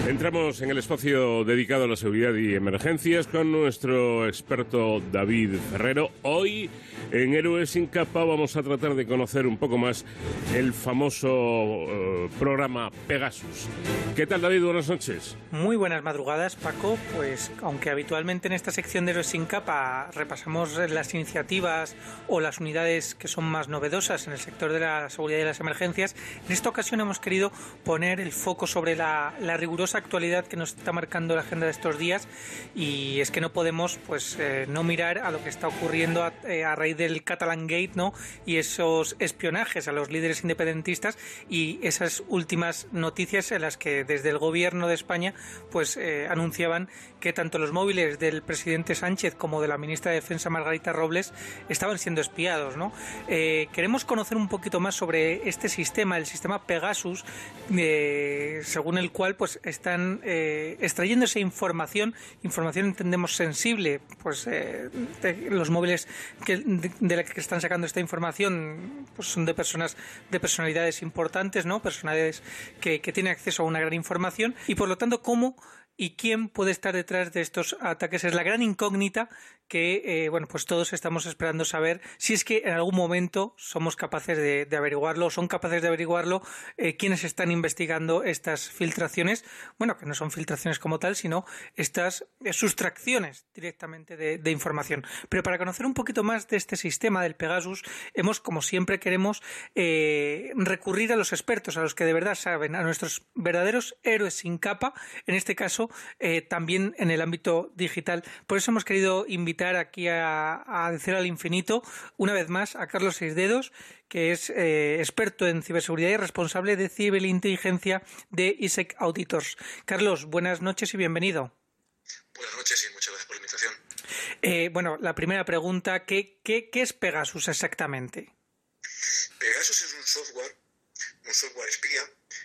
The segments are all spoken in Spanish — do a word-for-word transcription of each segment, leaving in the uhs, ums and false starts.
Entramos en el espacio dedicado a la seguridad y emergencias con nuestro experto David Ferrero. Hoy en Héroes sin Capa vamos a tratar de conocer un poco más el famoso uh, programa Pegasus. ¿Qué tal, David? Buenas noches. Muy buenas madrugadas, Paco. Pues aunque habitualmente en esta sección de Héroes sin Capa repasamos las iniciativas o las unidades que son más novedosas en el sector de la seguridad y las emergencias, en esta ocasión hemos querido poner el foco sobre la, la rigurosa actualidad que nos está marcando la agenda de estos días, y es que no podemos pues eh, no mirar a lo que está ocurriendo a, eh, a raíz del Catalan Gate, ¿no? Y esos espionajes a los líderes independentistas y esas últimas noticias en las que desde el gobierno de España pues eh, anunciaban que tanto los móviles del presidente Sánchez como de la ministra de Defensa Margarita Robles estaban siendo espiados, ¿no? Eh, queremos conocer un poquito más sobre este sistema, el sistema Pegasus, eh, según el cual pues están eh, extrayendo esa información, información entendemos sensible, pues eh, de los móviles que, de, de la que están sacando esta información pues son de personas, de personalidades importantes, ¿no? Personalidades que, que tienen acceso a una gran información, y por lo tanto cómo y quién puede estar detrás de estos ataques es la gran incógnita que, eh, bueno, pues todos estamos esperando saber si es que en algún momento somos capaces de, de averiguarlo, son capaces de averiguarlo, eh, quiénes están investigando estas filtraciones, bueno, que no son filtraciones como tal, sino estas eh, sustracciones directamente de, de información. Pero para conocer un poquito más de este sistema del Pegasus, hemos, como siempre, queremos eh, recurrir a los expertos, a los que de verdad saben, a nuestros verdaderos héroes sin capa, en este caso Eh, también en el ámbito digital. Por eso hemos querido invitar aquí a, a decir al infinito una vez más a Carlos Seisdedos, que es eh, experto en ciberseguridad y responsable de ciberinteligencia de I S E C Auditors. Carlos, buenas noches y bienvenido. Buenas noches y muchas gracias por la invitación. Eh, bueno, la primera pregunta, ¿qué, qué, qué es Pegasus exactamente? Pegasus es un software, un software espía,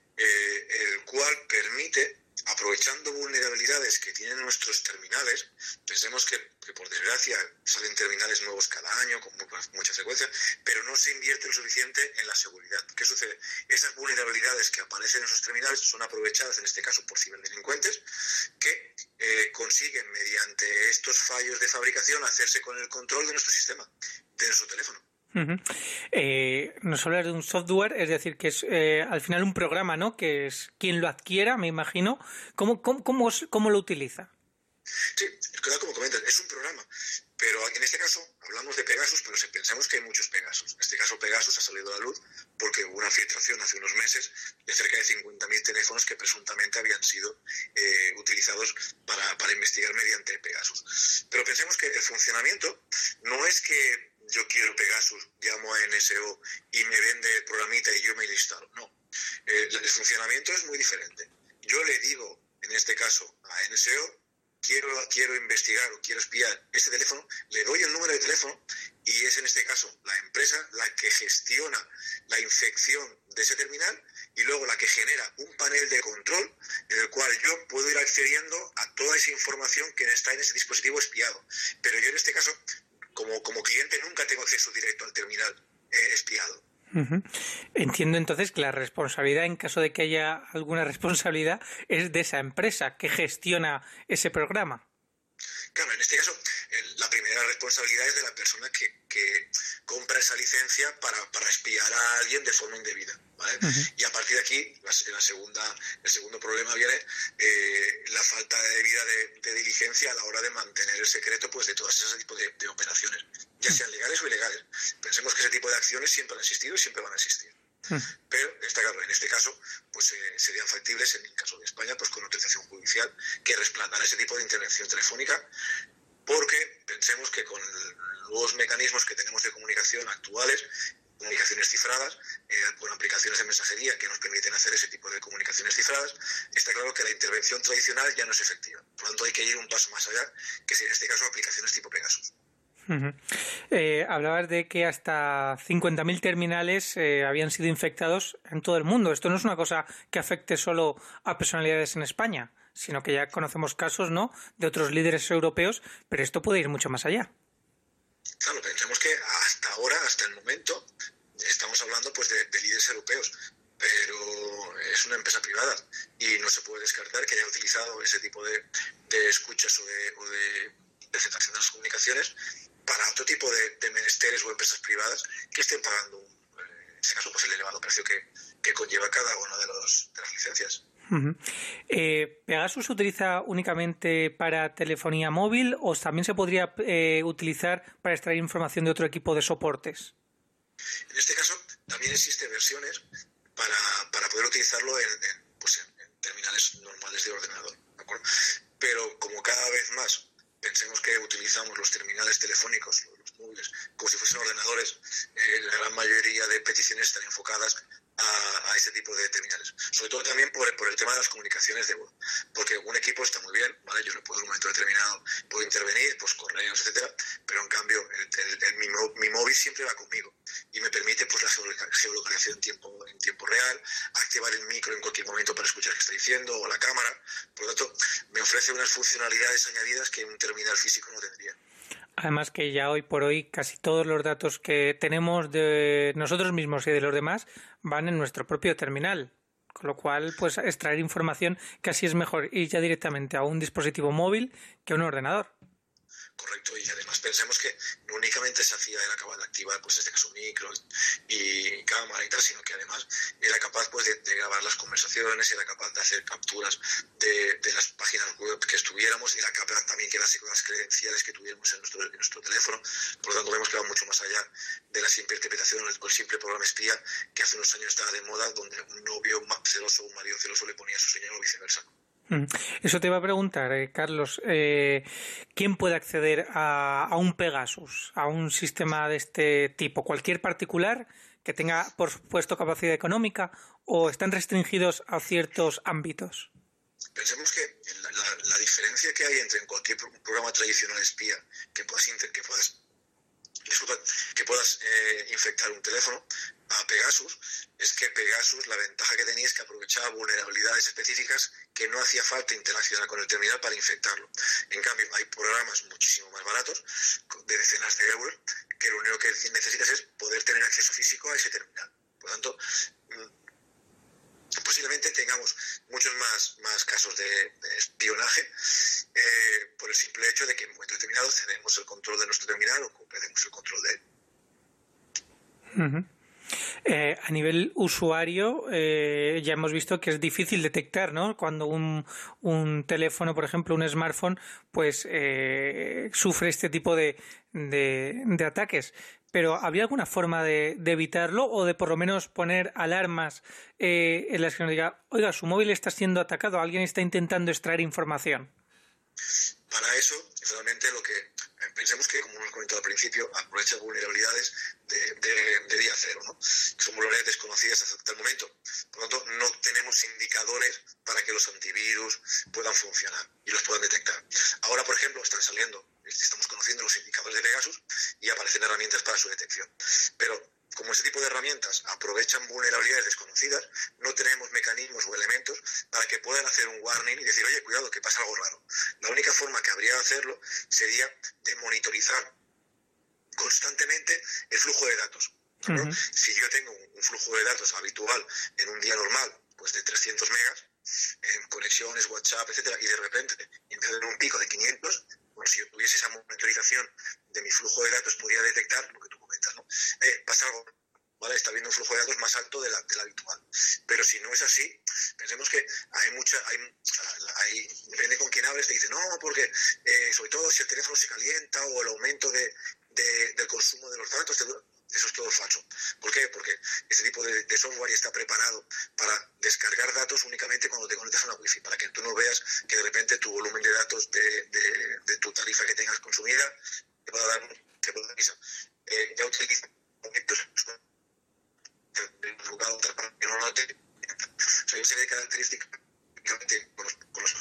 eh, el cual permite, aprovechando vulnerabilidades que tienen nuestros terminales, pensemos que, que por desgracia salen terminales nuevos cada año con mucha frecuencia, pero no se invierte lo suficiente en la seguridad. ¿Qué sucede? Esas vulnerabilidades que aparecen en esos terminales son aprovechadas, en este caso por ciberdelincuentes, que eh, consiguen mediante estos fallos de fabricación hacerse con el control de nuestro sistema, de nuestro teléfono. Uh-huh. Eh, nos hablas de un software, es decir, que es eh, al final un programa, ¿no? Que es quien lo adquiera, me imagino. ¿Cómo, cómo, cómo, cómo lo utiliza? Sí, como comentas, es un programa, pero en este caso hablamos de Pegasus, pero si pensamos que hay muchos Pegasus. En este caso Pegasus ha salido a la luz porque hubo una filtración hace unos meses de cerca de cincuenta mil teléfonos que presuntamente habían sido eh, utilizados para, para investigar mediante Pegasus. Pero pensemos que el funcionamiento no es que yo quiero Pegasus, llamo a N S O y me vende el programita y yo me lo instalo. No, eh, el funcionamiento es muy diferente. Yo le digo, en este caso, a N S O, quiero, quiero investigar o quiero espiar ese teléfono, le doy el número de teléfono y es en este caso la empresa la que gestiona la infección de ese terminal y luego la que genera un panel de control en el cual yo puedo ir accediendo a toda esa información que está en ese dispositivo espiado. Pero yo en este caso, Como, como cliente nunca tengo acceso directo al terminal eh, espiado. Uh-huh. Entiendo entonces que la responsabilidad, en caso de que haya alguna responsabilidad, es de esa empresa que gestiona ese programa. Claro, en este caso, el, la primera responsabilidad es de la persona que, que compra esa licencia para, para espiar a alguien de forma indebida, ¿vale? Uh-huh. Y a partir de aquí, la, la segunda, el segundo problema viene eh, la falta de debida de, de diligencia a la hora de mantener el secreto pues de todas esas tipos de, de operaciones, ya sean legales o ilegales. Pensemos que ese tipo de acciones siempre han existido y siempre van a existir. Hmm. Pero está claro, en este caso pues eh, serían factibles, en el caso de España, pues con autorización judicial que respaldara ese tipo de intervención telefónica, porque pensemos que con los mecanismos que tenemos de comunicación actuales, comunicaciones cifradas, eh, con aplicaciones de mensajería que nos permiten hacer ese tipo de comunicaciones cifradas, está claro que la intervención tradicional ya no es efectiva. Por lo tanto, hay que ir un paso más allá, que sería en este caso aplicaciones tipo Pegasus. Uh-huh. Eh, hablabas de que hasta cincuenta mil terminales eh, habían sido infectados en todo el mundo. Esto no es una cosa que afecte solo a personalidades en España, sino que ya conocemos casos, ¿no?, de otros líderes europeos, pero esto puede ir mucho más allá. Claro, pensemos que hasta ahora, hasta el momento, estamos hablando pues de, de líderes europeos, pero es una empresa privada. y no se puede descartar que hayan utilizado ese tipo de, de escuchas o de, o de interceptación de las comunicaciones para otro tipo de, de menesteres o empresas privadas que estén pagando, en este caso, pues el elevado precio que, que conlleva cada una de, los, de las licencias. Uh-huh. eh, ¿Pegasus se utiliza únicamente para telefonía móvil o también se podría eh, utilizar para extraer información de otro equipo de soportes? En este caso, también existen versiones para, para poder utilizarlo en, en, pues en, en terminales normales de ordenador, ¿de acuerdo? Pero como cada vez más pensemos que utilizamos los terminales telefónicos, los móviles, como si fuesen ordenadores, eh, la gran mayoría de peticiones están enfocadas a, a ese tipo de terminales. Sobre todo también por, por el tema de las comunicaciones de voz. Porque un equipo está muy bien, ¿vale? Yo le puedo en un momento determinado, puedo intervenir, pues correos, etcétera, pero en cambio el, el, el, mi, mi móvil siempre va conmigo y me permite pues la geolocalización en tiempo, en tiempo real, activar el micro en cualquier momento para escuchar qué está diciendo, o la cámara. Por lo tanto, me ofrece unas funcionalidades añadidas que un terminal físico no tendría. Además que ya hoy por hoy casi todos los datos que tenemos de nosotros mismos y de los demás van en nuestro propio terminal, con lo cual pues extraer información casi es mejor ir ya directamente a un dispositivo móvil que a un ordenador. Correcto, y además pensemos que no únicamente se hacía, era capaz de activar pues en este caso micro y cámara y tal, sino que además era capaz pues de, de grabar las conversaciones, era capaz de hacer capturas de, de las páginas web que estuviéramos, era capaz también que las, las credenciales que tuviéramos en nuestro, en nuestro teléfono. Por lo tanto, vemos que va mucho más allá de la simple interpretación o el simple programa espía que hace unos años estaba de moda, donde un novio celoso o un marido celoso le ponía a su señora o viceversa. Eso te iba a preguntar, eh, Carlos, eh, ¿quién puede acceder a, a un Pegasus, a un sistema de este tipo? ¿Cualquier particular que tenga, por supuesto, capacidad económica o están restringidos a ciertos ámbitos? Pensemos que la, la, la diferencia que hay entre cualquier programa tradicional espía que puedas, que puedas, disculpa, que puedas eh, infectar un teléfono a Pegasus es que Pegasus, la ventaja que tenía es que aprovechaba vulnerabilidades específicas que no hacía falta interaccionar con el terminal para infectarlo. En cambio, hay programas muchísimo más baratos, de decenas de euros, que lo único que necesitas es poder tener acceso físico a ese terminal. Por lo tanto, posiblemente tengamos muchos más, más casos de, de espionaje eh, por el simple hecho de que en un momento determinado cedemos el control de nuestro terminal o perdemos el control de él. Uh-huh. Eh, a nivel usuario, eh, ya hemos visto que es difícil detectar, ¿no? Cuando un, un teléfono, por ejemplo, un smartphone, pues eh, sufre este tipo de, de, de ataques. Pero ¿habría alguna forma de, de evitarlo o de por lo menos poner alarmas eh, en las que nos diga, oiga, su móvil está siendo atacado, alguien está intentando extraer información? Para eso, realmente lo que pensemos que, como hemos comentado al principio, aprovecha vulnerabilidades de, de, de día cero, ¿no? Que son vulnerabilidades desconocidas hasta el momento. Por lo tanto, no tenemos indicadores para que los antivirus puedan funcionar y los puedan detectar. Ahora, por ejemplo, están saliendo, estamos conociendo los indicadores de Pegasus y aparecen herramientas para su detección. Pero como ese tipo de herramientas aprovechan vulnerabilidades desconocidas, no tenemos mecanismos o elementos para que puedan hacer un warning y decir, oye, cuidado, que pasa algo raro. La única forma que habría de hacerlo sería de monitorizar constantemente el flujo de datos. Uh-huh. Si yo tengo un flujo de datos habitual en un día normal, pues de trescientos megas, en conexiones, WhatsApp, etcétera, y de repente empiezo a tener un pico de quinientos, bueno, si yo tuviese esa monitorización de mi flujo de datos, podría detectar lo que tú comentas, ¿no? Eh, pasa algo, ¿vale? Está habiendo un flujo de datos más alto de la, de la habitual. Pero si no es así, pensemos que hay mucha, hay, hay depende con quién hables, te dice, no, porque eh, sobre todo si el teléfono se calienta o el aumento de, de, del consumo de los datos, te, eso es todo falso. ¿Por qué? Porque este tipo de, de software está preparado para descargar datos únicamente cuando te conectas a una wifi, para que tú no veas que de repente tu volumen de datos de, de, de tu tarifa que tengas consumida te pueda dar te pueda dar eh, ya utiliza conectos enfocado para que no note. O sea, hay una serie de características que con los, con los,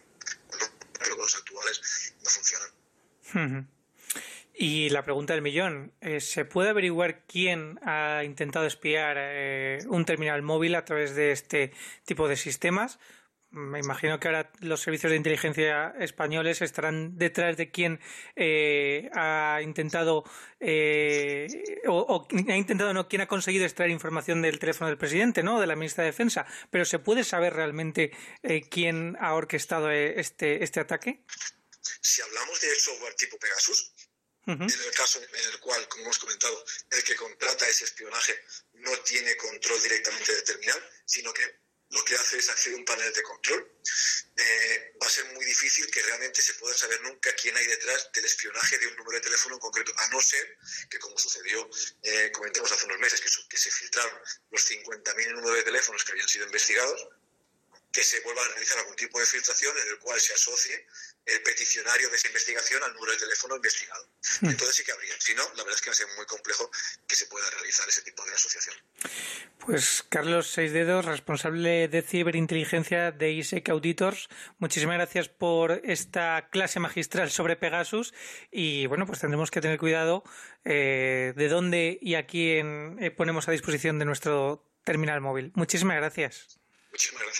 con los actuales no funcionan. Uh-huh. Y la pregunta del millón, eh, ¿se puede averiguar quién ha intentado espiar eh, un terminal móvil a través de este tipo de sistemas? Me imagino que ahora los servicios de inteligencia españoles estarán detrás de quien eh, ha intentado eh, o, o ha intentado no, quien ha conseguido extraer información del teléfono del presidente, ¿no? De la ministra de Defensa. Pero ¿se puede saber realmente eh, quién ha orquestado este, este ataque? Si hablamos de software tipo Pegasus, uh-huh. en el caso en el cual, como hemos comentado, el que contrata ese espionaje no tiene control directamente del terminal, sino que lo que hace es acceder a un panel de control, eh, va a ser muy difícil que realmente se pueda saber nunca quién hay detrás del espionaje de un número de teléfono en concreto, a no ser que, como sucedió, eh, comentamos hace unos meses, que, que se filtraron los cincuenta mil números de teléfonos que habían sido investigados, que se vuelva a realizar algún tipo de filtración en el cual se asocie el peticionario de esa investigación al número de teléfono investigado. Mm. Entonces sí que habría. Si no, la verdad es que va a ser muy complejo que se pueda realizar ese tipo de asociación. Pues Carlos Seisdedos, responsable de ciberinteligencia de I S E C Auditors, muchísimas gracias por esta clase magistral sobre Pegasus y bueno, pues tendremos que tener cuidado eh, de dónde y a quién eh, ponemos a disposición de nuestro terminal móvil. Muchísimas gracias. Muchísimas gracias.